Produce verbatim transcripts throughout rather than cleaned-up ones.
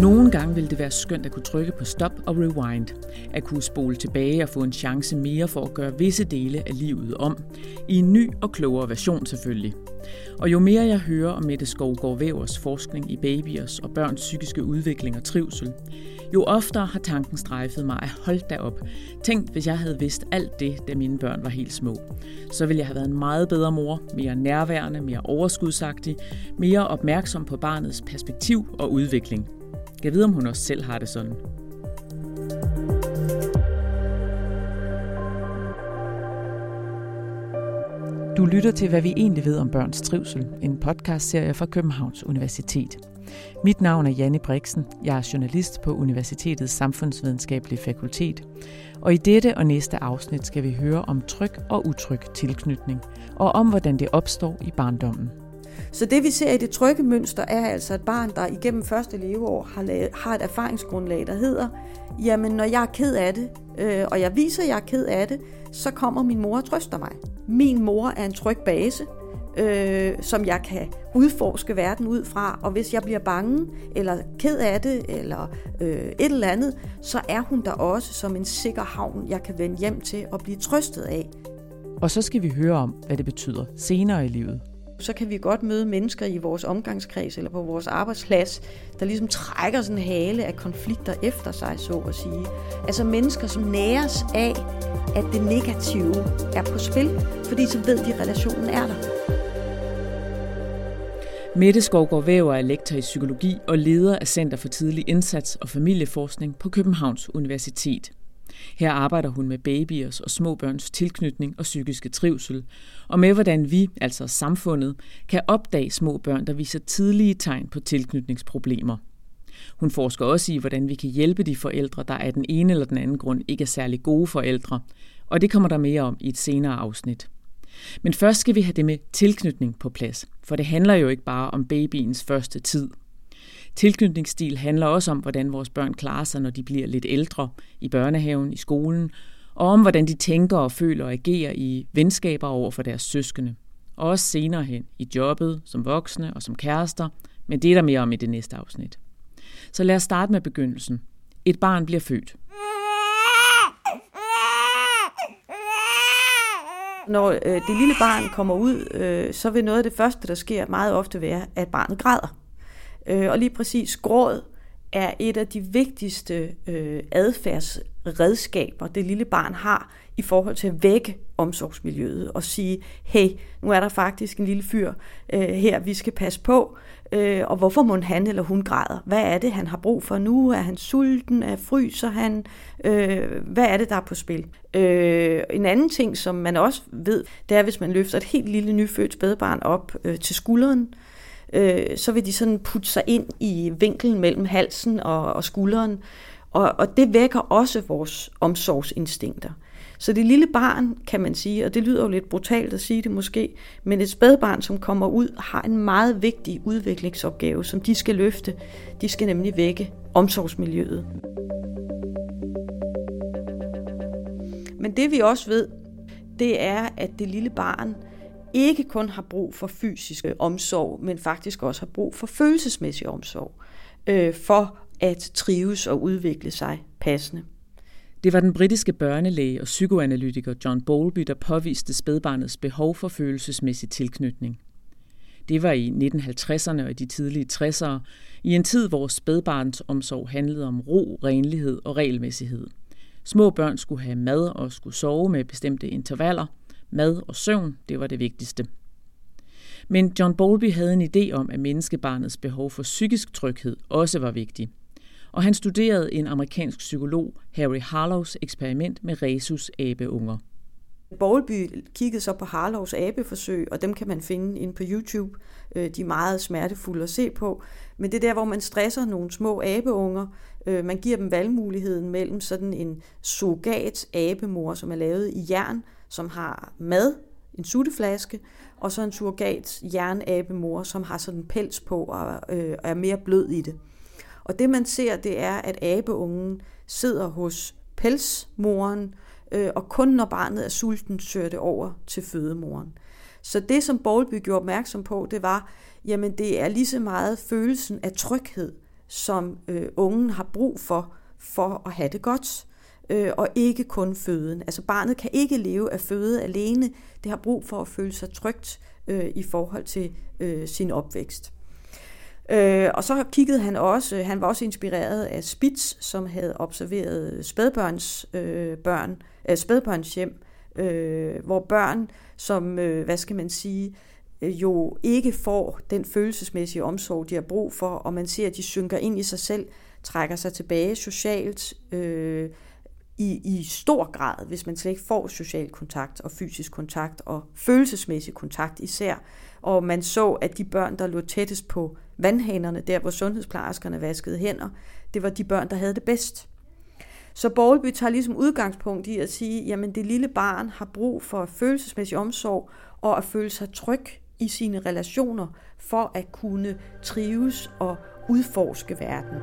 Nogle gange ville det være skønt at kunne trykke på stop og rewind. At kunne spole tilbage og få en chance mere for at gøre visse dele af livet om. I en ny og klogere version selvfølgelig. Og jo mere jeg hører om Mette Skovgaard-Wævers forskning i babyers og børns psykiske udvikling og trivsel, jo oftere har tanken strejfet mig at holde da op. Tænk, hvis jeg havde vidst alt det, da mine børn var helt små. Så ville jeg have været en meget bedre mor, mere nærværende, mere overskudsagtig, mere opmærksom på barnets perspektiv og udvikling. Jeg ved, om hun også selv har det sådan. Du lytter til, hvad vi egentlig ved om børns trivsel, en podcastserie fra Københavns Universitet. Mit navn er Janne Brixen. Jeg er journalist på Universitetets Samfundsvidenskabelige Fakultet. Og i dette og næste afsnit skal vi høre om tryg og utryg tilknytning, og om hvordan det opstår i barndommen. Så det vi ser i det trygge mønster er altså et barn, der igennem første leveår har, lavet, har et erfaringsgrundlag, der hedder, jamen når jeg er ked af det, øh, og jeg viser, at jeg er ked af det, så kommer min mor og trøster mig. Min mor er en tryg base, øh, som jeg kan udforske verden ud fra, og hvis jeg bliver bange, eller ked af det, eller øh, et eller andet, så er hun der også som en sikker havn, jeg kan vende hjem til og blive trøstet af. Og så skal vi høre om, hvad det betyder senere i livet. Så kan vi godt møde mennesker i vores omgangskreds eller på vores arbejdsplads, der ligesom trækker sådan en hale af konflikter efter sig, så at sige. Altså mennesker, som næres af, at det negative er på spil, fordi så ved de, at relationen er der. Mette Skovgaard-Wæver er lektor i psykologi og leder af Center for Tidlig Indsats og Familieforskning på Københavns Universitet. Her arbejder hun med babyers og små børns tilknytning og psykiske trivsel, og med hvordan vi, altså samfundet, kan opdage små børn, der viser tidlige tegn på tilknytningsproblemer. Hun forsker også i, hvordan vi kan hjælpe de forældre, der af den ene eller den anden grund ikke er særlig gode forældre, og det kommer der mere om i et senere afsnit. Men først skal vi have det med tilknytning på plads, for det handler jo ikke bare om babyens første tid. Tilknytningsstil handler også om, hvordan vores børn klarer sig, når de bliver lidt ældre, i børnehaven, i skolen, og om, hvordan de tænker og føler og agerer i venskaber over for deres søskende. Og også senere hen i jobbet, som voksne og som kærester, men det er der mere om i det næste afsnit. Så lad os starte med begyndelsen. Et barn bliver født. Når øh, det lille barn kommer ud, øh, så vil noget af det første, der sker meget ofte være, at barnet græder. Øh, og lige præcis gråd er et af de vigtigste øh, adfærdsredskaber, det lille barn har i forhold til at vække omsorgsmiljøet og sige, hey, nu er der faktisk en lille fyr øh, her, vi skal passe på, øh, og hvorfor må han eller hun græder? Hvad er det, han har brug for nu? Er han sulten? Er fryser han? Øh, hvad er det, der er på spil? Øh, en anden ting, som man også ved, det er, hvis man løfter et helt lille nyfødt spædbarn op øh, til skulderen, øh, så vil de sådan putte sig ind i vinklen mellem halsen og, og skulderen, og, og det vækker også vores omsorgsinstinkter. Så det lille barn, kan man sige, og det lyder jo lidt brutalt at sige det måske, men et spædbarn, som kommer ud, har en meget vigtig udviklingsopgave, som de skal løfte. De skal nemlig vække omsorgsmiljøet. Men det vi også ved, det er, at det lille barn ikke kun har brug for fysisk omsorg, men faktisk også har brug for følelsesmæssig omsorg, øh, for at trives og udvikle sig passende. Det var den britiske børnelæge og psykoanalytiker John Bowlby, der påviste spædbarnets behov for følelsesmæssig tilknytning. Det var i nitten halvtredserne og i de tidlige tressere, i en tid, hvor spædbarnsomsorg handlede om ro, renlighed og regelmæssighed. Små børn skulle have mad og skulle sove med bestemte intervaller. Mad og søvn, det var det vigtigste. Men John Bowlby havde en idé om, at menneskebarnets behov for psykisk tryghed også var vigtig. Og han studerede en amerikansk psykolog, Harry Harlows eksperiment med rhesus-abeunger. Bowlby kiggede så på Harlows abeforsøg, og dem kan man finde inde på YouTube. De er meget smertefulde at se på. Men det er der, hvor man stresser nogle små abeunger. Man giver dem valgmuligheden mellem sådan en surrogat-abemor, som er lavet i jern, som har mad, en sutteflaske, og så en surrogat jernabemor, som har sådan en pels på og øh, er mere blød i det. Og det man ser, det er, at abeungen sidder hos pelsmoren, øh, og kun når barnet er sulten, søger det over til fødemoren. Så det, som Bowlby gjorde opmærksom på, det var, jamen det er lige så meget følelsen af tryghed, som øh, ungen har brug for, for at have det godt, øh, og ikke kun føden. Altså barnet kan ikke leve af føde alene, det har brug for at føle sig trygt øh, i forhold til øh, sin opvækst. Øh, og så kiggede han også, han var også inspireret af Spitz, som havde observeret spædbørns, øh, børn, øh, spædbørnshjem, øh, hvor børn, som, øh, hvad skal man sige, øh, jo ikke får den følelsesmæssige omsorg, de har brug for, og man ser, at de synker ind i sig selv, trækker sig tilbage socialt, øh, i, i stor grad, hvis man slet ikke får social kontakt og fysisk kontakt og følelsesmæssig kontakt især. Og man så, at de børn, der lå tættest på vandhanerne, der hvor sundhedsplejerskerne vaskede hænder, det var de børn, der havde det bedst. Så Bowlby tager ligesom udgangspunkt i at sige, jamen det lille barn har brug for følelsesmæssig omsorg og at føle sig tryg i sine relationer for at kunne trives og udforske verden.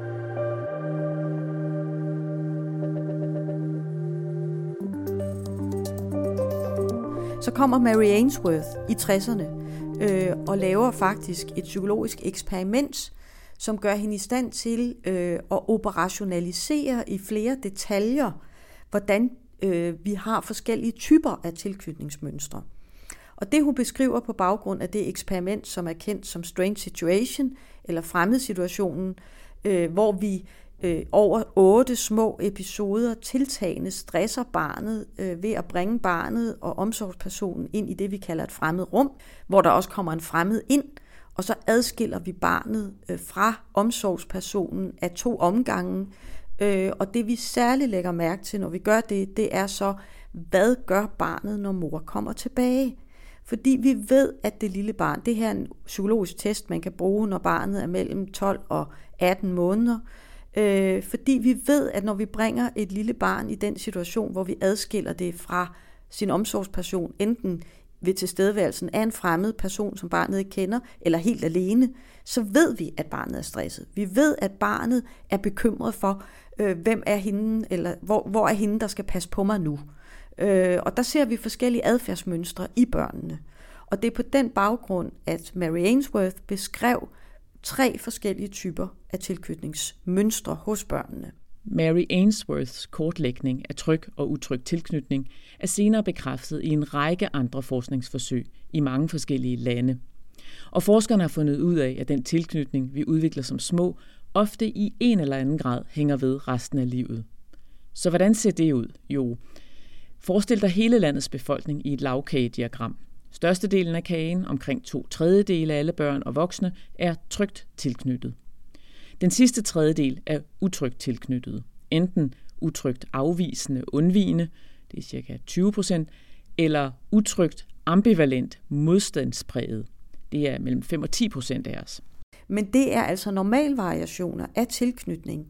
Så kommer Mary Ainsworth i tresserne øh, og laver faktisk et psykologisk eksperiment, som gør hende i stand til øh, at operationalisere i flere detaljer, hvordan øh, vi har forskellige typer af tilknytningsmønstre. Og det hun beskriver på baggrund af det eksperiment, som er kendt som Strange Situation, eller Fremmedsituationen, øh, hvor vi øh, over otte små episoder tiltagende stresser barnet øh, ved at bringe barnet og omsorgspersonen ind i det, vi kalder et fremmed rum, hvor der også kommer en fremmed ind, og så adskiller vi barnet øh, fra omsorgspersonen af to omgange. Øh, og det vi særligt lægger mærke til, når vi gør det, det er så, hvad gør barnet, når mor kommer tilbage? Fordi vi ved, at det lille barn, det her er en psykologisk test, man kan bruge, når barnet er mellem tolv og atten måneder. Øh, fordi vi ved, at når vi bringer et lille barn i den situation, hvor vi adskiller det fra sin omsorgsperson, enten ved tilstedeværelsen af en fremmed person, som barnet ikke kender, eller helt alene, så ved vi, at barnet er stresset. Vi ved, at barnet er bekymret for, øh, hvem er hende, eller hvor, hvor er hende, der skal passe på mig nu. Øh, og der ser vi forskellige adfærdsmønstre i børnene. Og det er på den baggrund, at Mary Ainsworth beskrev tre forskellige typer af tilknytningsmønstre hos børnene. Mary Ainsworths kortlægning af tryg og utryg tilknytning er senere bekræftet i en række andre forskningsforsøg i mange forskellige lande. Og forskerne har fundet ud af, at den tilknytning, vi udvikler som små, ofte i en eller anden grad hænger ved resten af livet. Så hvordan ser det ud? Jo, forestil dig hele landets befolkning i et lavkagediagram. Størstedelen af kagen, omkring to tredjedele af alle børn og voksne, er trygt tilknyttet. Den sidste tredjedel er utrygt tilknyttet. Enten utrygt afvisende, undvigende, det er cirka tyve procent, eller utrygt ambivalent, modstandspræget. Det er mellem fem og ti procent af os. Men det er altså normalvariationer af tilknytning,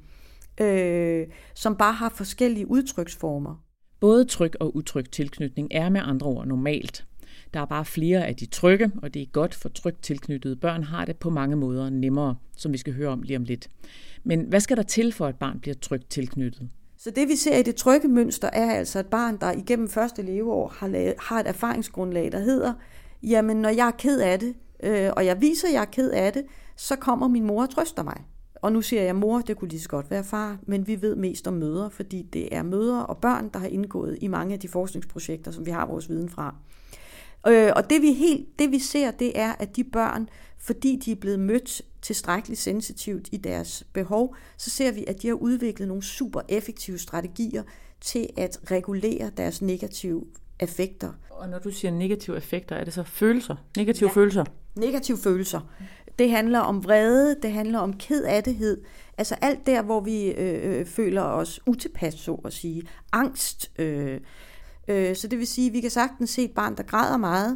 øh, som bare har forskellige udtryksformer. Både tryg og utryg tilknytning er med andre ord normalt. Der er bare flere af de trygge, og det er godt for trygt tilknyttede børn har det på mange måder nemmere, som vi skal høre om lige om lidt. Men hvad skal der til for, at et barn bliver trygt tilknyttet? Så det vi ser i det trygge mønster er altså et barn, der igennem første leveår har, lavet, har et erfaringsgrundlag, der hedder, jamen når jeg er ked af det, øh, og jeg viser, at jeg er ked af det, så kommer min mor og trøster mig. Og nu siger jeg mor, det kunne lige så godt være far, men vi ved mest om mødre, fordi det er mødre og børn, der har indgået i mange af de forskningsprojekter, som vi har vores viden fra. Øh, og det vi, helt, det vi ser, det er, at de børn, fordi de er blevet mødt tilstrækkeligt sensitivt i deres behov, så ser vi, at de har udviklet nogle super effektive strategier til at regulere deres negative effekter. Og når du siger negative effekter, er det så følelser? Negative ja, følelser? Negative følelser. Det handler om vrede, det handler om kedattighed, altså alt der, hvor vi øh, føler os utilpas, så at sige, angst. Øh, øh, så det vil sige, at vi kan sagtens se et barn, der græder meget,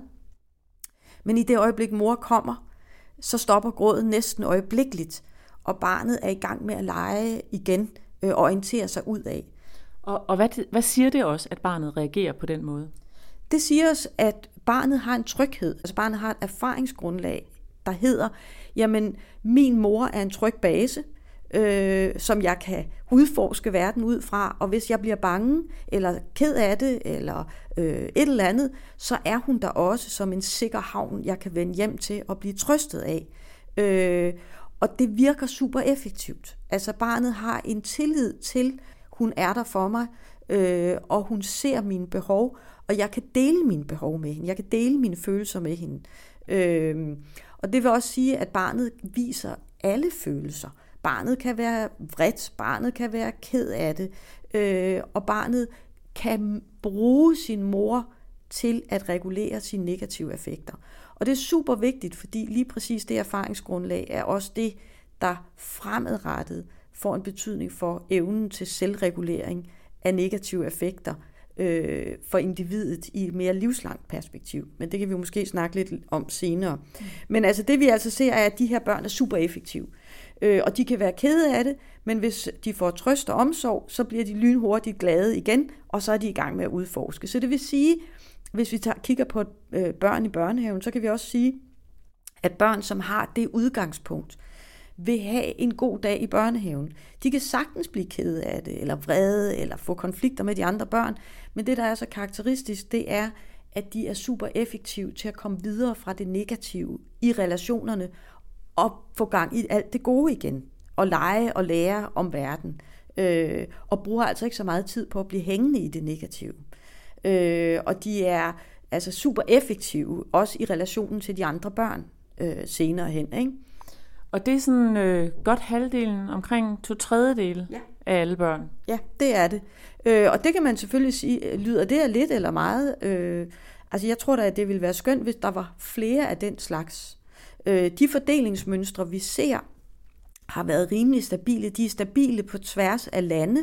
men i det øjeblik, mor kommer, så stopper gråden næsten øjeblikkeligt, og barnet er i gang med at lege igen, øh, orientere sig ud af. Og, og hvad, hvad siger det også, at barnet reagerer på den måde? Det siger os, at barnet har en tryghed, altså barnet har et erfaringsgrundlag, der hedder, jamen min mor er en tryg base, øh, som jeg kan udforske verden ud fra, og hvis jeg bliver bange, eller ked af det, eller øh, et eller andet, så er hun der også som en sikker havn, jeg kan vende hjem til og blive trøstet af. Øh, Og det virker super effektivt. Altså barnet har en tillid til, hun er der for mig, øh, og hun ser mine behov, og jeg kan dele mine behov med hende. Jeg kan dele mine følelser med hende. Øh, og det vil også sige, at barnet viser alle følelser. Barnet kan være vredt, barnet kan være ked af det, øh, og barnet kan bruge sin mor til at regulere sine negative effekter. Og det er super vigtigt, fordi lige præcis det erfaringsgrundlag er også det, der fremadrettet får en betydning for evnen til selvregulering af negative effekter øh, for individet i et mere livslangt perspektiv. Men det kan vi måske snakke lidt om senere. Mm. Men altså det vi altså ser er, at de her børn er super effektive. Øh, og de kan være kede af det, men hvis de får trøst og omsorg, så bliver de lynhurtigt glade igen, og så er de i gang med at udforske. Så det vil sige, hvis vi tager, kigger på øh, børn i børnehaven, så kan vi også sige, at børn, som har det udgangspunkt, vil have en god dag i børnehaven. De kan sagtens blive kede af det, eller vrede, eller få konflikter med de andre børn, men det, der er så karakteristisk, det er, at de er super effektive til at komme videre fra det negative i relationerne, og få gang i alt det gode igen, og lege og lære om verden, øh, og bruger altså ikke så meget tid på at blive hængende i det negative. Øh, og de er altså super effektive, også i relationen til de andre børn øh, senere hen, ikke? Og det er sådan øh, godt halvdelen, omkring to tredjedele ja. af alle børn. Ja, det er det. Øh, og det kan man selvfølgelig sige, lyder det er lidt eller meget. Øh, altså jeg tror da, at det ville være skønt, hvis der var flere af den slags. Øh, de fordelingsmønstre, vi ser, har været rimelig stabile. De er stabile på tværs af lande.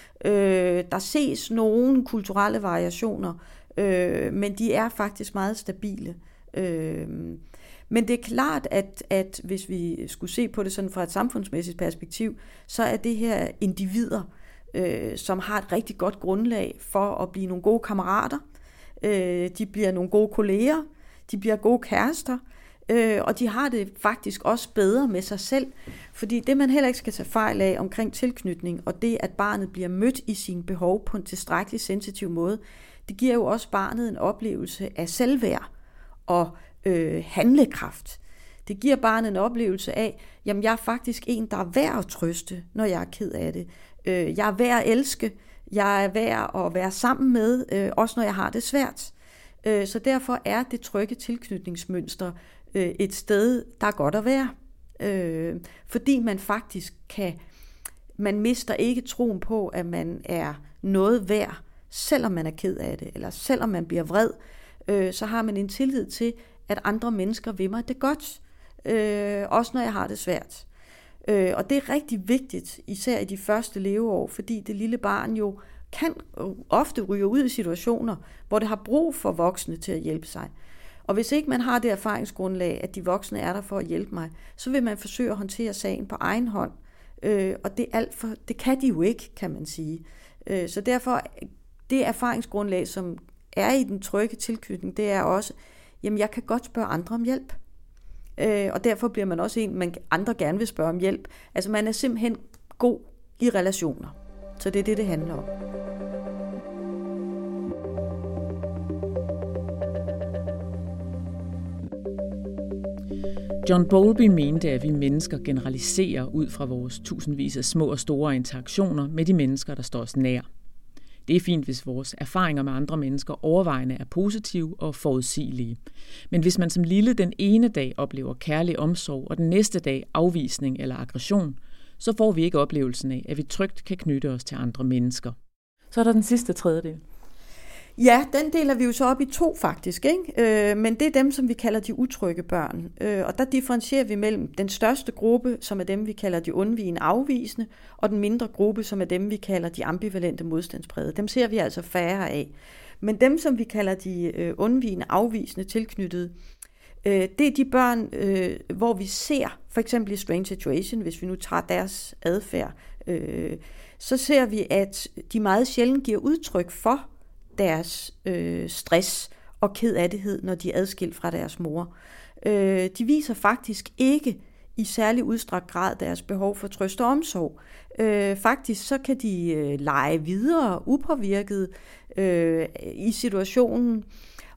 Øh, der ses nogle kulturelle variationer, øh, men de er faktisk meget stabile. Øh, men det er klart, at, at hvis vi skulle se på det sådan fra et samfundsmæssigt perspektiv, så er det her individer, øh, som har et rigtig godt grundlag for at blive nogle gode kammerater. Øh, de bliver nogle gode kolleger, de bliver gode kærester, øh, og de har det faktisk også bedre med sig selv. Fordi det, man heller ikke skal tage fejl af omkring tilknytning, og det, at barnet bliver mødt i sine behov på en tilstrækkelig sensitiv måde, det giver jo også barnet en oplevelse af selvværd og øh, handlekraft. Det giver barnet en oplevelse af, jamen jeg er faktisk en, der er værd at trøste, når jeg er ked af det. Øh, jeg er værd at elske, jeg er værd at være sammen med, øh, også når jeg har det svært. Øh, så derfor er det trygge tilknytningsmønster øh, et sted, der er godt at være. Øh, fordi man faktisk kan, man mister ikke troen på, at man er noget værd, selvom man er ked af det, eller selvom man bliver vred, øh, så har man en tillid til, at andre mennesker vil mig det godt, øh, også når jeg har det svært. Øh, og det er rigtig vigtigt, især i de første leveår, fordi det lille barn jo kan ofte ryge ud i situationer, hvor det har brug for voksne til at hjælpe sig. Og hvis ikke man har det erfaringsgrundlag, at de voksne er der for at hjælpe mig, så vil man forsøge at håndtere sagen på egen hånd. Øh, og det, er alt for, det kan de jo ikke, kan man sige. Øh, så derfor, det erfaringsgrundlag, som er i den trygge tilknytning, det er også, jamen jeg kan godt spørge andre om hjælp. Øh, og derfor bliver man også en, man andre gerne vil spørge om hjælp. Altså man er simpelthen god i relationer. Så det er det, det handler om. John Bowlby mente, at vi mennesker generaliserer ud fra vores tusindvis af små og store interaktioner med de mennesker, der står os nær. Det er fint, hvis vores erfaringer med andre mennesker overvejende er positive og forudsigelige. Men hvis man som lille den ene dag oplever kærlig omsorg, og den næste dag afvisning eller aggression, så får vi ikke oplevelsen af, at vi trygt kan knytte os til andre mennesker. Så er der den sidste tredjedel. Ja, den deler vi jo så op i to faktisk, ikke? Øh, men det er dem, som vi kalder de utrygge børn. Øh, og der differentierer vi mellem den største gruppe, som er dem, vi kalder de undvigende afvisende, og den mindre gruppe, som er dem, vi kalder de ambivalente modstandsprægede. Dem ser vi altså færre af. Men dem, som vi kalder de øh, undvigende afvisende tilknyttede, øh, det er de børn, øh, hvor vi ser, for eksempel i Strange Situation, hvis vi nu tager deres adfærd, øh, så ser vi, at de meget sjældent giver udtryk for deres øh, stress og kedattighed, når de er adskilt fra deres mor. Øh, de viser faktisk ikke i særlig udstrakt grad deres behov for trøst og omsorg. Øh, faktisk så kan de øh, lege videre upåvirket øh, i situationen,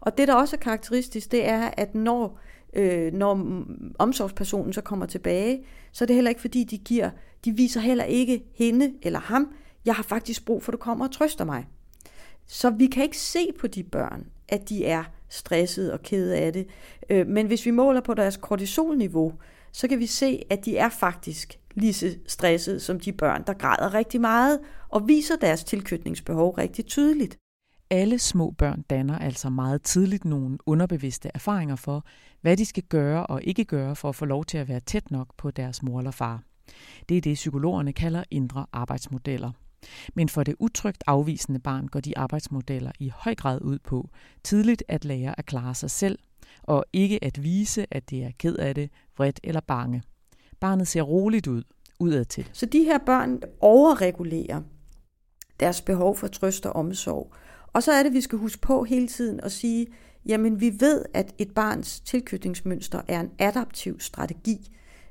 Og det, der også er karakteristisk, det er, at når, øh, når omsorgspersonen så kommer tilbage, så er det heller ikke, fordi de giver, de viser heller ikke hende eller ham, jeg har faktisk brug for, at du kommer og trøster mig. Så vi kan ikke se på de børn, at de er stressede og kede af det. Øh, men hvis vi måler på deres kortisolniveau, så kan vi se, at de er faktisk lige så stressede som de børn, der græder rigtig meget og viser deres tilknytningsbehov rigtig tydeligt. Alle små børn danner altså meget tidligt nogle underbevidste erfaringer for, hvad de skal gøre og ikke gøre for at få lov til at være tæt nok på deres mor eller far. Det er det, psykologerne kalder indre arbejdsmodeller. Men for det utrygt afvisende barn går de arbejdsmodeller i høj grad ud på tidligt at lære at klare sig selv, og ikke at vise, at det er ked af det, vredt eller bange. Barnet ser roligt ud, udadtil. Så de her børn overregulerer deres behov for trøst og omsorg. Og så er det, vi skal huske på hele tiden at sige, jamen vi ved, at et barns tilknytningsmønster er en adaptiv strategi.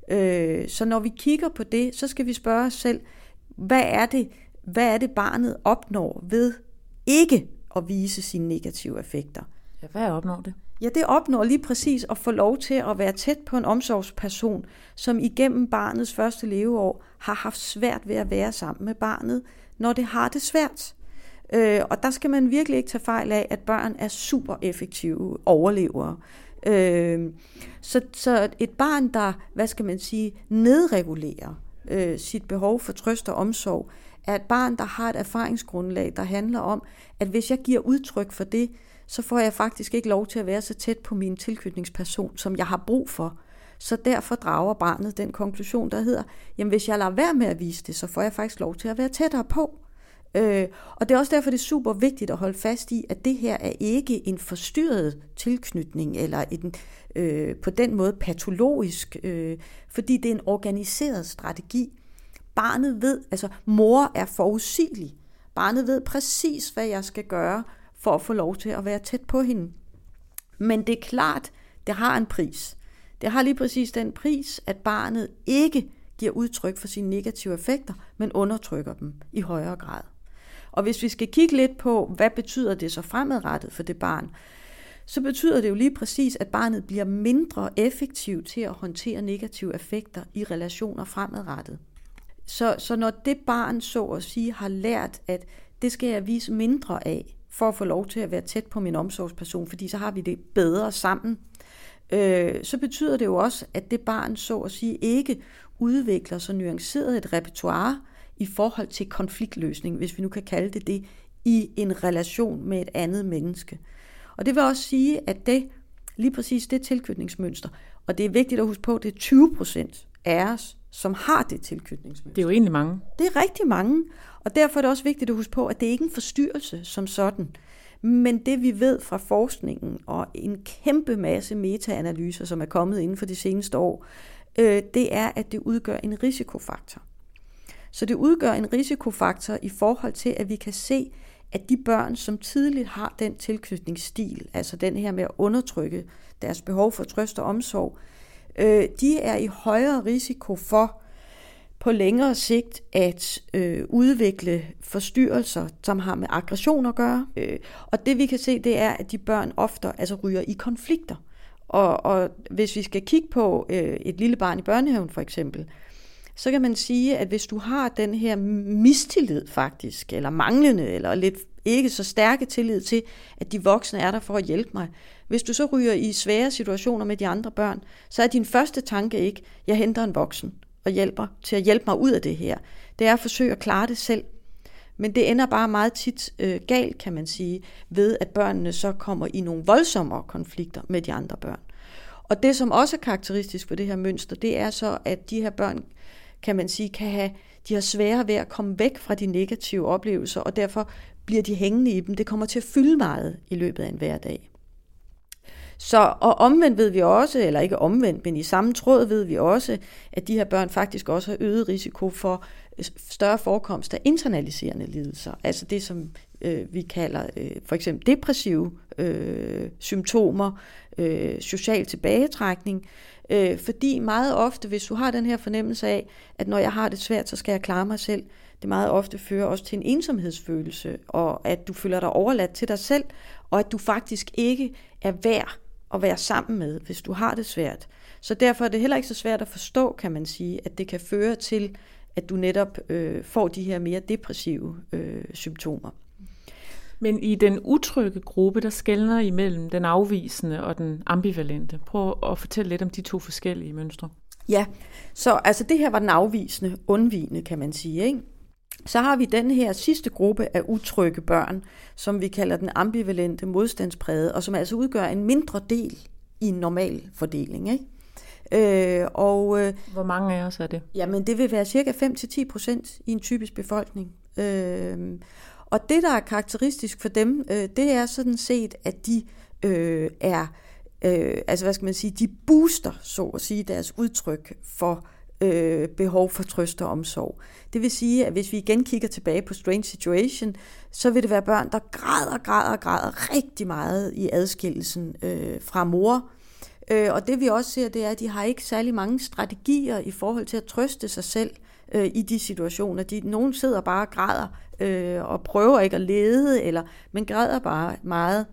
Så når vi kigger på det, så skal vi spørge os selv, hvad er det, hvad er det barnet opnår ved ikke at vise sine negative effekter? Ja, hvad opnår det? Ja, det opnår lige præcis at få lov til at være tæt på en omsorgsperson, som igennem barnets første leveår har haft svært ved at være sammen med barnet, når det har det svært. Øh, og der skal man virkelig ikke tage fejl af, at børn er super effektive overlevere. Øh, så, så et barn, der, hvad skal man sige, nedregulerer øh, sit behov for trøst og omsorg, er et barn, der har et erfaringsgrundlag, der handler om, at hvis jeg giver udtryk for det, så får jeg faktisk ikke lov til at være så tæt på min tilknytningsperson, som jeg har brug for. Så derfor drager barnet den konklusion, der hedder, jamen hvis jeg lader være med at vise det, så får jeg faktisk lov til at være tættere på. Øh, og det er også derfor, det er super vigtigt at holde fast i, at det her er ikke en forstyrret tilknytning, eller en, øh, på den måde patologisk, øh, fordi det er en organiseret strategi. Barnet ved, altså mor er forudsigelig. Barnet ved præcis, hvad jeg skal gøre, for at få lov til at være tæt på hende. Men det er klart, det har en pris. Det har lige præcis den pris, at barnet ikke giver udtryk for sine negative effekter, men undertrykker dem i højere grad. Og hvis vi skal kigge lidt på, hvad betyder det så fremadrettet for det barn, så betyder det jo lige præcis, at barnet bliver mindre effektivt til at håndtere negative effekter i relationer fremadrettet. Så, så når det barn så at sige har lært, at det skal jeg vise mindre af, for at få lov til at være tæt på min omsorgsperson, fordi så har vi det bedre sammen, øh, så betyder det jo også, at det barn så at sige ikke udvikler så nuanceret et repertoire i forhold til konfliktløsning, hvis vi nu kan kalde det det, i en relation med et andet menneske. Og det vil også sige, at det, lige præcis det tilknytningsmønster, og det er vigtigt at huske på, at det er tyve procent af os, som har det tilknytningsmønster. Det er jo egentlig mange. Det er rigtig mange, og derfor er det også vigtigt at huske på, at det ikke er en forstyrrelse som sådan. Men det vi ved fra forskningen og en kæmpe masse metaanalyser, som er kommet inden for de seneste år, øh, det er, at det udgør en risikofaktor. Så det udgør en risikofaktor i forhold til, at vi kan se, at de børn, som tidligt har den tilknytningsstil, altså den her med at undertrykke deres behov for trøst og omsorg, øh, de er i højere risiko for på længere sigt at øh, udvikle forstyrrelser, som har med aggression at gøre. Øh, og det vi kan se, det er, at de børn ofte altså ryger i konflikter. Og, og hvis vi skal kigge på øh, et lille barn i børnehaven for eksempel, så kan man sige, at hvis du har den her mistillid faktisk, eller manglende, eller lidt ikke så stærke tillid til, at de voksne er der for at hjælpe mig. Hvis du så ryger i svære situationer med de andre børn, så er din første tanke ikke, jeg henter en voksen og hjælper til at hjælpe mig ud af det her. Det er at forsøge at klare det selv. Men det ender bare meget tit øh, galt, kan man sige, ved at børnene så kommer i nogle voldsommere konflikter med de andre børn. Og det, som også er karakteristisk for det her mønster, det er så, at de her børn, kan man sige, kan have, de har sværere ved at komme væk fra de negative oplevelser, og derfor bliver de hængende i dem. Det kommer til at fylde meget i løbet af en hverdag. Så, og omvendt ved vi også, eller ikke omvendt, men i samme tråd ved vi også, at de her børn faktisk også har øget risiko for større forekomst af internaliserende lidelser. Altså det, som øh, vi kalder øh, for eksempel depressive øh, symptomer, øh, social tilbagetrækning. Øh, fordi meget ofte, hvis du har den her fornemmelse af, at når jeg har det svært, så skal jeg klare mig selv, det meget ofte fører også til en ensomhedsfølelse, og at du føler dig overladt til dig selv, og at du faktisk ikke er værd at være sammen med, hvis du har det svært. Så derfor er det heller ikke så svært at forstå, kan man sige, at det kan føre til, at du netop øh, får de her mere depressive øh, symptomer. Men i den utrygge gruppe, der skelner imellem den afvisende og den ambivalente. Prøv at fortælle lidt om de to forskellige mønstre. Ja, så altså det her var den afvisende, undvigende, kan man sige, ikke? Så har vi den her sidste gruppe af utrygge børn, som vi kalder den ambivalente, modstandsprægede, og som altså udgør en mindre del i en normal fordeling, ikke? Øh, og, øh, Hvor mange af os er det? Jamen det vil være cirka fem til ti procent i en typisk befolkning. Øh, og det, der er karakteristisk for dem, øh, det er sådan set, at de øh, er, øh, altså hvad skal man sige, de booster, så at sige, deres udtryk for øh, behov for trøst og omsorg. Det vil sige, at hvis vi igen kigger tilbage på Strange Situation, så vil det være børn, der græder, græder, græder rigtig meget i adskillelsen øh, fra mor. Øh, og det vi også ser, det er, at de har ikke særlig mange strategier i forhold til at trøste sig selv øh, i de situationer. De, nogen sidder bare og græder øh, og prøver ikke at lede, eller, men græder bare meget.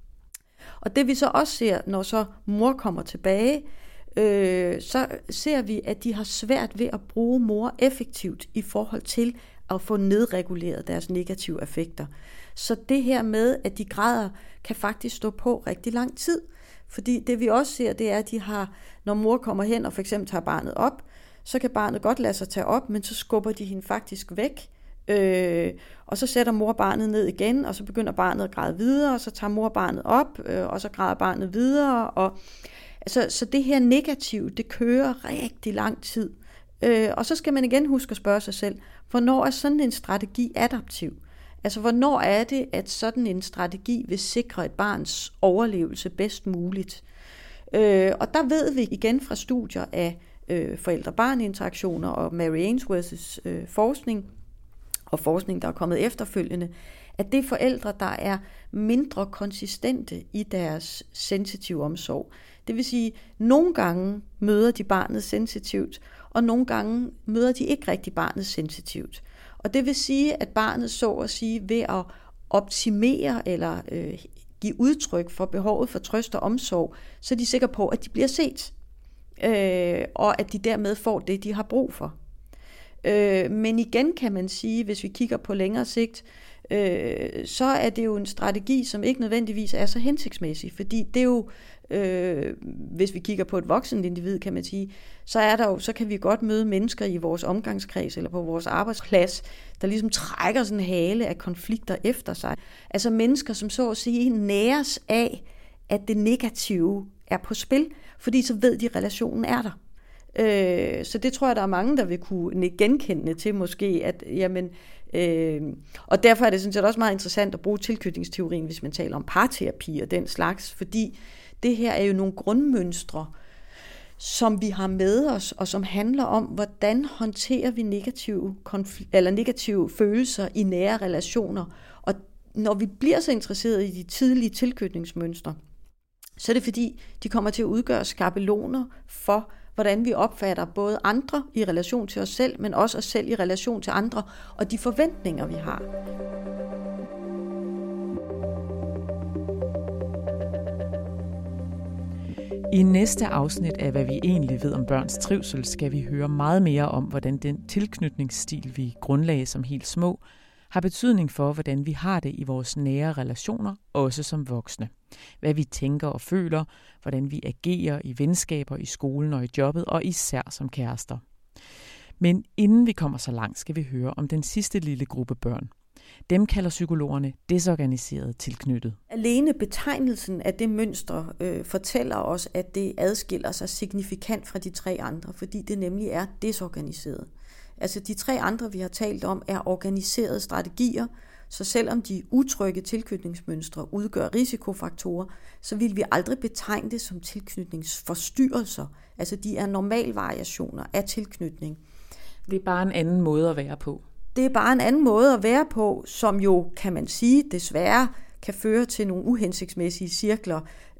Og det vi så også ser, når så mor kommer tilbage, øh, så ser vi, at de har svært ved at bruge mor effektivt i forhold til at få nedreguleret deres negative affekter. Så det her med, at de græder, kan faktisk stå på rigtig lang tid. Fordi det vi også ser, det er, at de har, når mor kommer hen og for eksempel tager barnet op, så kan barnet godt lade sig tage op, men så skubber de hende faktisk væk. Øh, og så sætter mor barnet ned igen, og så begynder barnet at græde videre, og så tager mor barnet op, øh, og så græder barnet videre. Og, altså, så det her negative, det kører rigtig lang tid. Øh, og så skal man igen huske at spørge sig selv, hvornår er sådan en strategi adaptiv? Altså, hvornår er det, at sådan en strategi vil sikre et barns overlevelse bedst muligt? Øh, og der ved vi igen fra studier af øh, forældre-barn-interaktioner og Mary Ainsworths øh, forskning, og forskning, der er kommet efterfølgende, at det er forældre, der er mindre konsistente i deres sensitive omsorg. Det vil sige, at nogle gange møder de barnet sensitivt, og nogle gange møder de ikke rigtig barnet sensitivt. Og det vil sige, at barnet så at sige ved at optimere eller øh, give udtryk for behovet for trøst og omsorg, så er de sikre på, at de bliver set, øh, og at de dermed får det, de har brug for. Øh, men igen kan man sige, hvis vi kigger på længere sigt, øh, så er det jo en strategi, som ikke nødvendigvis er så hensigtsmæssig, fordi det er jo, øh, hvis vi kigger på et voksent individ, kan man sige, så er der jo, så kan vi godt møde mennesker i vores omgangskreds eller på vores arbejdsplads, der ligesom trækker sådan en hale af konflikter efter sig. Altså mennesker, som så at sige næres af, at det negative er på spil, fordi så ved de, at relationen er der. Øh, så det tror jeg, der er mange, der vil kunne genkende til måske, at jamen, øh, og derfor er det sådan set også meget interessant at bruge tilknytningsteorien, hvis man taler om parterapi og den slags, fordi det her er jo nogle grundmønstre, som vi har med os, og som handler om, hvordan håndterer vi negative, konfl- eller negative følelser i nære relationer. Og når vi bliver så interesseret i de tidlige tilknytningsmønstre, så er det fordi, de kommer til at udgøre skabeloner for, hvordan vi opfatter både andre i relation til os selv, men også os selv i relation til andre, og de forventninger, vi har. I næste afsnit af Hvad vi egentlig ved om børns trivsel, skal vi høre meget mere om, hvordan den tilknytningsstil, vi grundlagde som helt små, har betydning for, hvordan vi har det i vores nære relationer, også som voksne. Hvad vi tænker og føler, hvordan vi agerer i venskaber, i skolen og i jobbet, og især som kærester. Men inden vi kommer så langt, skal vi høre om den sidste lille gruppe børn. Dem kalder psykologerne desorganiseret tilknyttet. Alene betegnelsen af det mønster øh, fortæller os, at det adskiller sig signifikant fra de tre andre, fordi det nemlig er desorganiseret. Altså de tre andre, vi har talt om, er organiserede strategier, så selvom de utrygge tilknytningsmønstre udgør risikofaktorer, så vil vi aldrig betegne det som tilknytningsforstyrrelser. Altså de er normalvariationer af tilknytning. Det er bare en anden måde at være på. Det er bare en anden måde at være på, som jo, kan man sige, desværre kan føre til nogle uhensigtsmæssige cirkler,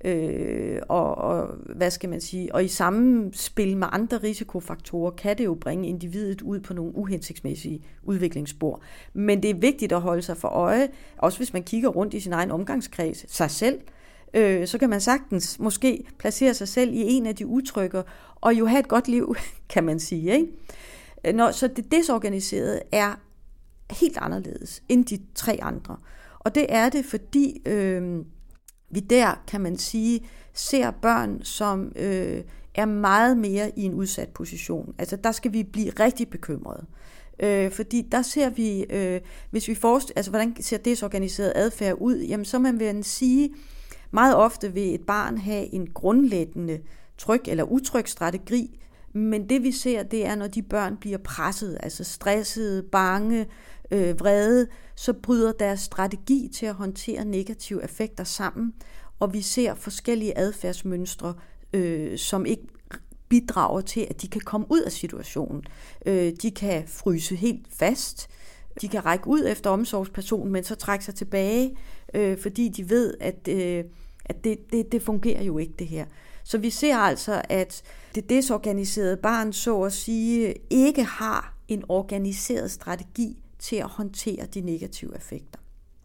Øh, og, og hvad skal man sige, og i sammenspil med andre risikofaktorer kan det jo bringe individet ud på nogle uhensigtsmæssige udviklingsspor. Men det er vigtigt at holde sig for øje, også hvis man kigger rundt i sin egen omgangskreds, sig selv, øh, så kan man sagtens måske placere sig selv i en af de utrygge, og jo have et godt liv, kan man sige, ikke? Når, så det desorganiserede er helt anderledes end de tre andre. Og det er det, fordi øh, vi der, kan man sige, ser børn, som øh, er meget mere i en udsat position. Altså der skal vi blive rigtig bekymrede. Øh, fordi der ser vi, øh, hvis vi forestiller, altså hvordan ser desorganiseret adfærd ud, jamen så man vil sige, meget ofte vil et barn have en grundlæggende tryg eller utryg strategi, men det vi ser, det er, når de børn bliver presset, altså stressede, bange, øh, vrede, så bryder deres strategi til at håndtere negative effekter sammen, og vi ser forskellige adfærdsmønstre, øh, som ikke bidrager til, at de kan komme ud af situationen. Øh, de kan fryse helt fast, de kan række ud efter omsorgspersonen, men så trække sig tilbage, øh, fordi de ved, at, øh, at det, det, det fungerer jo ikke det her. Så vi ser altså, at det desorganiserede barn, så at sige, ikke har en organiseret strategi til at håndtere de negative effekter.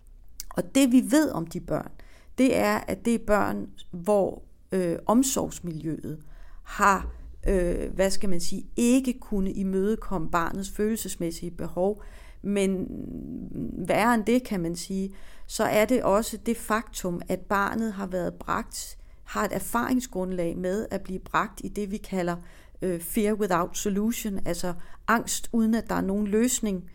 Og det vi ved om de børn, det er, at det er børn, hvor øh, omsorgsmiljøet har, øh, hvad skal man sige, ikke kunne imødekomme barnets følelsesmæssige behov, men værre end det, kan man sige, så er det også det faktum, at barnet har været bragt, har et erfaringsgrundlag med at blive bragt i det, vi kalder øh, fear without solution, altså angst uden at der er nogen løsning,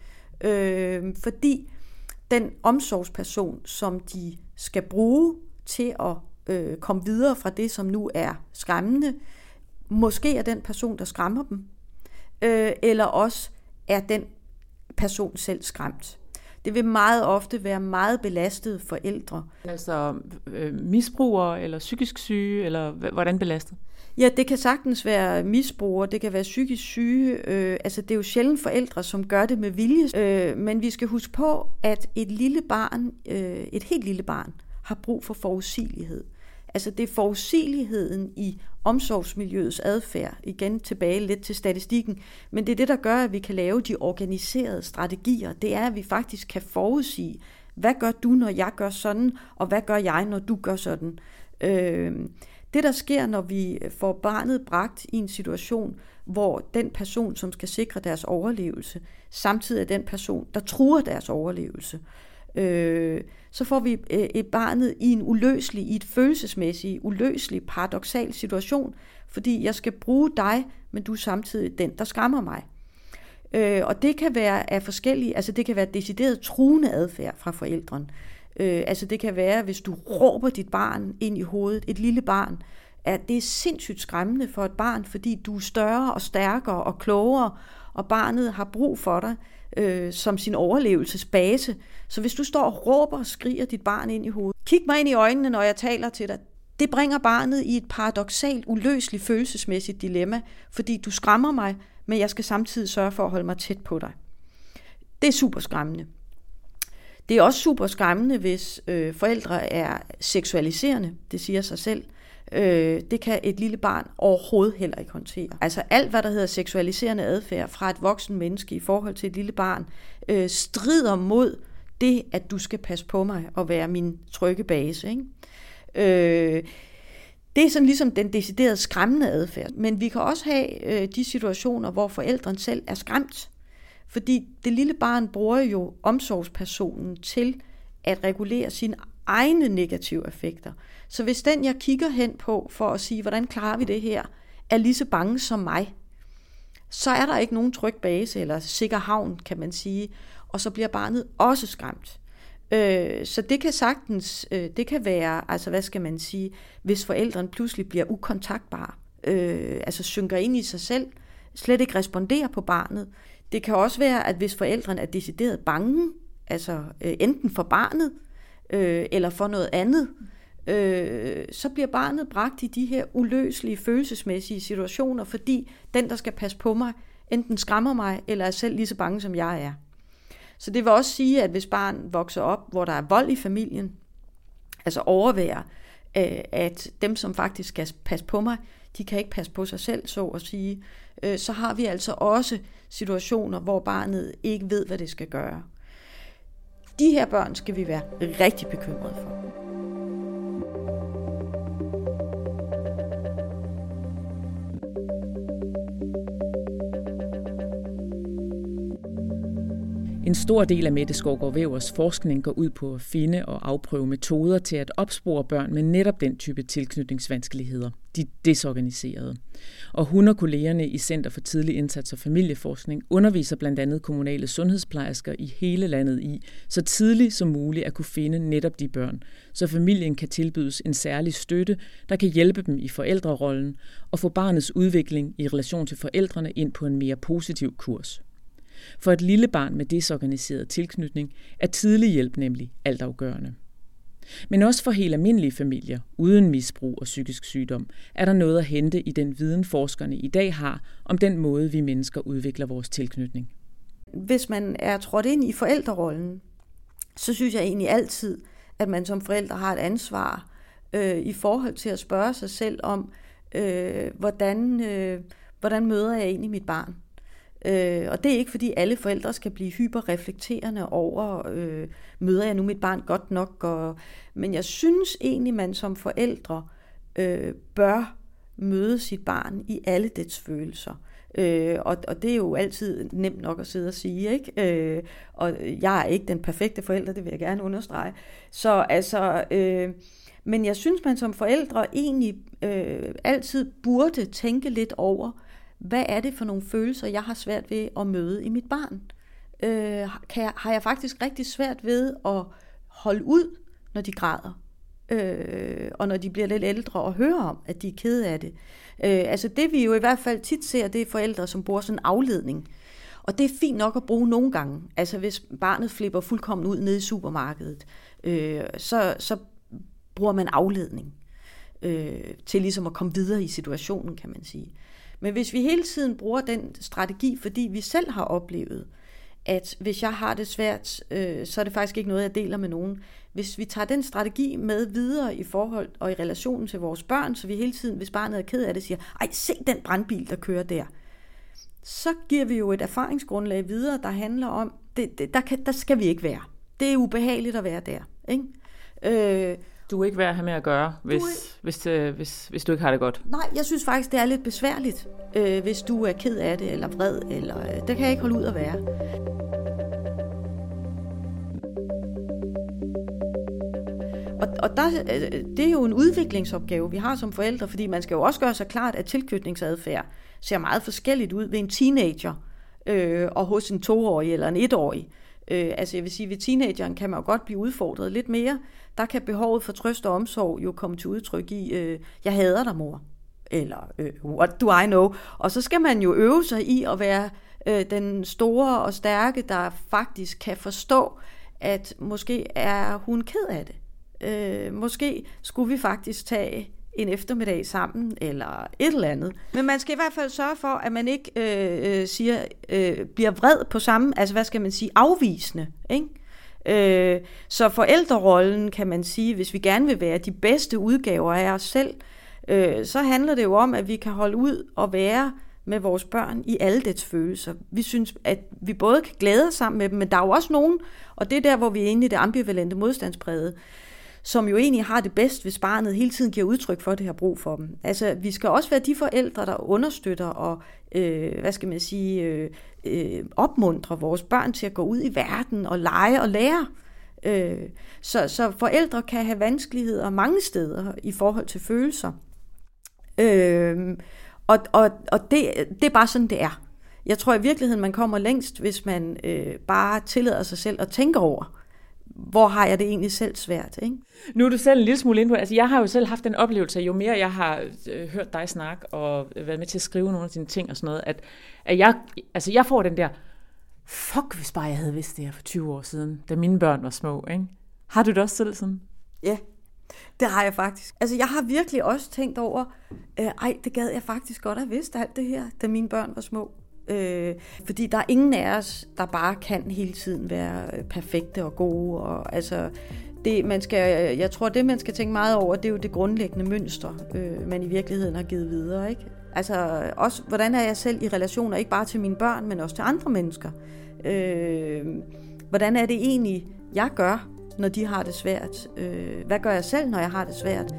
øh, fordi den omsorgsperson, som de skal bruge til at øh, komme videre fra det, som nu er skræmmende, måske er den person, der skræmmer dem, øh, eller også er den person selv skræmt. Det vil meget ofte være meget belastede forældre. Altså øh, misbrugere eller psykisk syge, eller hvordan belastet? Ja, det kan sagtens være misbrugere, det kan være psykisk syge. Øh, altså det er jo sjældent forældre, som gør det med vilje. Øh, men vi skal huske på, at et lille barn, øh, et helt lille barn, har brug for forudsigelighed. Altså det er forudsigeligheden i omsorgsmiljøets adfærd, igen tilbage lidt til statistikken, men det er det, der gør, at vi kan lave de organiserede strategier. Det er, at vi faktisk kan forudsige, hvad gør du, når jeg gør sådan, og hvad gør jeg, når du gør sådan. Øh, det, der sker, når vi får barnet bragt i en situation, hvor den person, som skal sikre deres overlevelse, samtidig er den person, der truer deres overlevelse, øh, så får vi et barnet i en uløselig, i et følelsesmæssigt, uløselig, paradoksal situation, fordi jeg skal bruge dig, men du er samtidig den, der skræmmer mig. Øh, og det kan være af forskellige, altså det kan være decideret truende adfærd fra forældrene. Øh, altså det kan være, hvis du råber dit barn ind i hovedet, et lille barn, at det er sindssygt skræmmende for et barn, fordi du er større og stærkere og klogere, og barnet har brug for dig øh, som sin overlevelsesbase. Så hvis du står og råber og skriger dit barn ind i hovedet, kig mig ind i øjnene, når jeg taler til dig, det bringer barnet i et paradoksalt, uløseligt følelsesmæssigt dilemma, fordi du skræmmer mig, men jeg skal samtidig sørge for at holde mig tæt på dig. Det er super skræmmende. Det er også super skræmmende, hvis øh, forældre er seksualiserende, det siger sig selv. Øh, det kan et lille barn overhovedet heller ikke håndtere. Altså alt, hvad der hedder seksualiserende adfærd fra et voksen menneske i forhold til et lille barn, øh, strider mod det, at du skal passe på mig og være min trygge base, ikke? Øh, det er sådan ligesom den deciderede skræmmende adfærd. Men vi kan også have øh, de situationer, hvor forældrene selv er skræmt. Fordi det lille barn bruger jo omsorgspersonen til at regulere sine egne negative effekter. Så hvis den, jeg kigger hen på for at sige, hvordan klarer vi det her, er lige så bange som mig, så er der ikke nogen tryg base eller sikker havn, kan man sige, og så bliver barnet også skræmt. Øh, så det kan sagtens, øh, det kan være, altså hvad skal man sige, hvis forældrene pludselig bliver ukontaktbare, øh, altså synker ind i sig selv, slet ikke responderer på barnet. Det kan også være, at hvis forældrene er decideret bange, altså øh, enten for barnet, øh, eller for noget andet, øh, så bliver barnet bragt i de her uløselige følelsesmæssige situationer, fordi den, der skal passe på mig, enten skræmmer mig, eller er selv lige så bange, som jeg er. Så det vil også sige, at hvis barn vokser op, hvor der er vold i familien, altså overvære, at dem, som faktisk skal passe på mig, de kan ikke passe på sig selv, så at sige. Så har vi altså også situationer, hvor barnet ikke ved, hvad det skal gøre. De her børn skal vi være rigtig bekymrede for. En stor del af Mette Skovgaard-Wævers forskning går ud på at finde og afprøve metoder til at opspore børn med netop den type tilknytningsvanskeligheder, de desorganiserede. Og hun og kollegerne i Center for Tidlig Indsats og Familieforskning underviser blandt andet kommunale sundhedsplejersker i hele landet i, så tidligt som muligt at kunne finde netop de børn, så familien kan tilbydes en særlig støtte, der kan hjælpe dem i forældrerollen og få barnets udvikling i relation til forældrene ind på en mere positiv kurs. For et lille barn med desorganiseret tilknytning er tidlig hjælp nemlig altafgørende. Men også for helt almindelige familier uden misbrug og psykisk sygdom er der noget at hente i den viden, forskerne i dag har om den måde, vi mennesker udvikler vores tilknytning. Hvis man er trådt ind i forældrerollen, så synes jeg egentlig altid, at man som forældre har et ansvar øh, i forhold til at spørge sig selv om, øh, hvordan, øh, hvordan møder jeg egentlig mit barn? Øh, og det er ikke, fordi alle forældre skal blive hyperreflekterende over, øh, møder jeg nu mit barn godt nok? Og, men jeg synes egentlig, man som forældre øh, bør møde sit barn i alle dets følelser. Øh, og, og det er jo altid nemt nok at sidde og sige, ikke? Øh, og jeg er ikke den perfekte forælder, det vil jeg gerne understrege. Så altså... Øh, men jeg synes, man som forældre egentlig øh, altid burde tænke lidt over, hvad er det for nogle følelser, jeg har svært ved at møde i mit barn? Øh, kan jeg, har jeg faktisk rigtig svært ved at holde ud, når de græder? Øh, og når de bliver lidt ældre og hører om, at de er kede af det. Øh, altså det vi jo i hvert fald tit ser, det er forældre, som bruger sådan en afledning. Og det er fint nok at bruge nogle gange. Altså hvis barnet flipper fuldkommen ud nede i supermarkedet, øh, så, så bruger man afledning øh, til ligesom at komme videre i situationen, kan man sige. Men hvis vi hele tiden bruger den strategi, fordi vi selv har oplevet, at hvis jeg har det svært, øh, så er det faktisk ikke noget, jeg deler med nogen. Hvis vi tager den strategi med videre i forhold og i relationen til vores børn, så vi hele tiden, hvis barnet er ked af det, siger, ej, se den brandbil, der kører der. Så giver vi jo et erfaringsgrundlag videre, der handler om, det, det, der, kan, der skal vi ikke være. Det er ubehageligt at være der, ikke? Øh, Du er ikke værd at have med at gøre, hvis, er... hvis, øh, hvis, hvis du ikke har det godt. Nej, jeg synes faktisk, det er lidt besværligt, øh, hvis du er ked af det, eller vred, eller øh, det kan jeg ikke holde ud at være. Og, og der, øh, det er jo en udviklingsopgave, vi har som forældre, fordi man skal jo også gøre sig klart, at tilknytningsadfærd ser meget forskelligt ud ved en teenager, øh, og hos en toårig eller en etårig. Øh, altså jeg vil sige, ved teenageren kan man jo godt blive udfordret lidt mere. Der kan behovet for trøst og omsorg jo komme til udtryk i, øh, jeg hader dig, mor, eller øh, what do I know? Og så skal man jo øve sig i at være øh, den store og stærke, der faktisk kan forstå, at måske er hun ked af det. Øh, måske skulle vi faktisk tage en eftermiddag sammen, eller et eller andet. Men man skal i hvert fald sørge for, at man ikke øh, siger, øh, bliver vred på samme, altså hvad skal man sige, afvisende, ikke? Øh, så forældrerollen, kan man sige, hvis vi gerne vil være de bedste udgaver af os selv, øh, så handler det jo om, at vi kan holde ud og være med vores børn i alle dets følelser. Vi synes, at vi både kan glæde os sammen med dem, men der er jo også nogen, og det er der, hvor vi er inde i det ambivalente modstandspræget, som jo egentlig har det bedst, hvis barnet hele tiden giver udtryk for, at det har brug for dem. Altså, vi skal også være de forældre, der understøtter og, øh, hvad skal man sige, øh, øh, opmuntrer vores børn til at gå ud i verden og lege og lære. Øh, så, så forældre kan have vanskeligheder mange steder i forhold til følelser. Øh, og og, og det, det er bare sådan, det er. Jeg tror i virkeligheden, man kommer længst, hvis man øh, bare tillader sig selv at tænke over, hvor har jeg det egentlig selv svært, ikke? Nu er du selv en lille smule inde på, altså jeg har jo selv haft den oplevelse, jo mere jeg har øh, hørt dig snakke og været med til at skrive nogle af dine ting og sådan noget, at, at jeg, altså jeg får den der, fuck hvis bare jeg havde vidst det her for tyve år siden, da mine børn var små, ikke? Har du det også selv sådan? Ja, det har jeg faktisk. Altså jeg har virkelig også tænkt over, øh, ej det gad jeg faktisk godt at vidst alt det her, da mine børn var små. Øh, fordi der er ingen af os, der bare kan hele tiden være perfekte og gode. Og, altså, det, man skal, jeg tror, det man skal tænke meget over, det er jo det grundlæggende mønster, øh, man i virkeligheden har givet videre. Ikke? Altså også, hvordan er jeg selv i relationer, ikke bare til mine børn, men også til andre mennesker. Øh, hvordan er det egentlig, jeg gør, når de har det svært? Øh, hvad gør jeg selv, når jeg har det svært?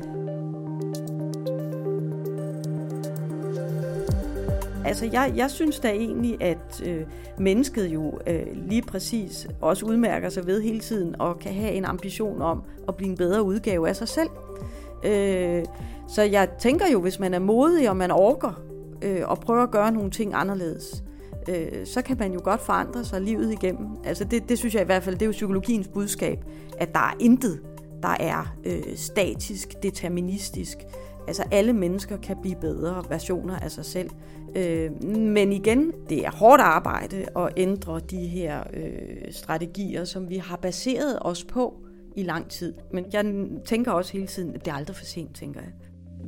Altså, jeg, jeg synes da egentlig, at øh, mennesket jo øh, lige præcis også udmærker sig ved hele tiden og kan have en ambition om at blive en bedre udgave af sig selv. Øh, så jeg tænker jo, hvis man er modig og man orker øh, og prøver at gøre nogle ting anderledes, øh, så kan man jo godt forandre sig livet igennem. Altså, det, det synes jeg i hvert fald, det er jo psykologiens budskab, at der er intet, der er øh, statisk, deterministisk. Altså alle mennesker kan blive bedre versioner af sig selv. Øh, men igen, det er hårdt arbejde at ændre de her øh, strategier, som vi har baseret os på i lang tid. Men jeg tænker også hele tiden, at det er aldrig for sent, tænker jeg.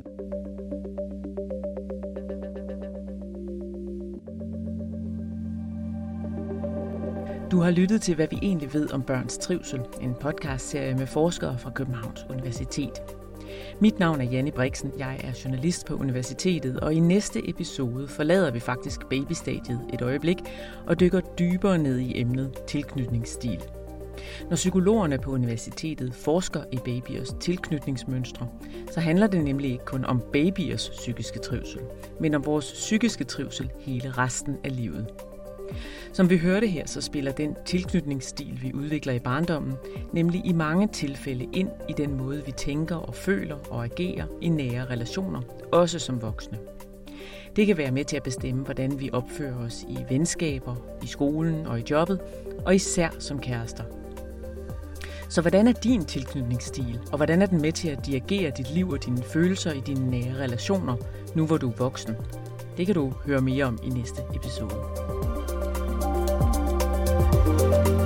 Du har lyttet til, hvad vi egentlig ved om børns trivsel, en podcastserie med forskere fra Københavns Universitet. Mit navn er Janni Brixen, jeg er journalist på universitetet, og i næste episode forlader vi faktisk babystadiet et øjeblik og dykker dybere ned i emnet tilknytningsstil. Når psykologerne på universitetet forsker i babyers tilknytningsmønstre, så handler det nemlig ikke kun om babyers psykiske trivsel, men om vores psykiske trivsel hele resten af livet. Som vi hørte her, så spiller den tilknytningsstil, vi udvikler i barndommen, nemlig i mange tilfælde ind i den måde, vi tænker og føler og agerer i nære relationer, også som voksne. Det kan være med til at bestemme, hvordan vi opfører os i venskaber, i skolen og i jobbet, og især som kærester. Så hvordan er din tilknytningsstil, og hvordan er den med til at dirigere dit liv og dine følelser i dine nære relationer, nu hvor du er voksen? Det kan du høre mere om i næste episode.